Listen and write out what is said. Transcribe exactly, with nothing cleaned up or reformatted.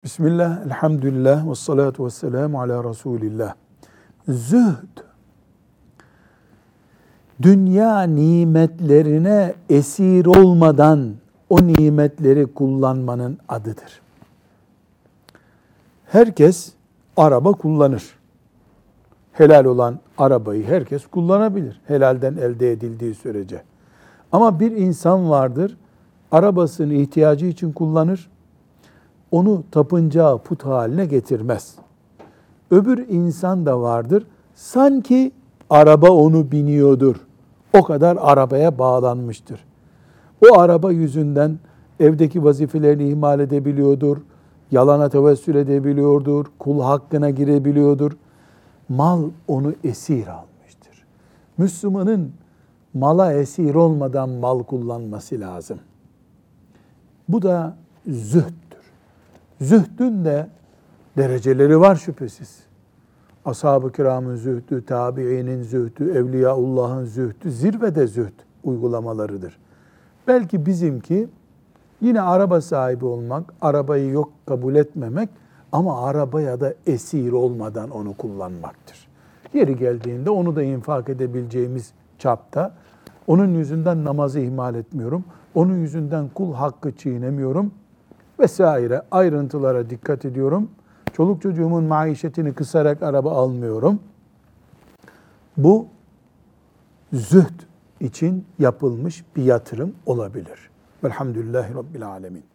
Bismillah, elhamdülillah, ve salatu ve selamu ala Resulillah. Zühd, dünya nimetlerine esir olmadan o nimetleri kullanmanın adıdır. Herkes araba kullanır. Helal olan arabayı herkes kullanabilir. Helalden elde edildiği sürece. Ama bir insan vardır, arabasını ihtiyacı için kullanır, onu tapıncağı put haline getirmez. Öbür insan da vardır, sanki araba onu biniyordur. O kadar arabaya bağlanmıştır. O araba yüzünden evdeki vazifelerini ihmal edebiliyordur, yalana tevessül edebiliyordur, kul hakkına girebiliyordur. Mal onu esir almıştır. Müslümanın mala esir olmadan mal kullanması lazım. Bu da zühddür. Zühdün de dereceleri var şüphesiz. Ashab-ı kiramın zühdü, tabiinin zühdü, evliyaullah'ın zühdü, zirvede zühd uygulamalarıdır. Belki bizimki yine araba sahibi olmak, arabayı yok kabul etmemek ama arabaya da esir olmadan onu kullanmaktır. Yeri geldiğinde onu da infak edebileceğimiz çapta, onun yüzünden namazı ihmal etmiyorum, onun yüzünden kul hakkı çiğnemiyorum vesaire ayrıntılara dikkat ediyorum. Çoluk çocuğumun maişetini kısarak araba almıyorum. Bu zühd için yapılmış bir yatırım olabilir. Velhamdülillahi Rabbil alemin.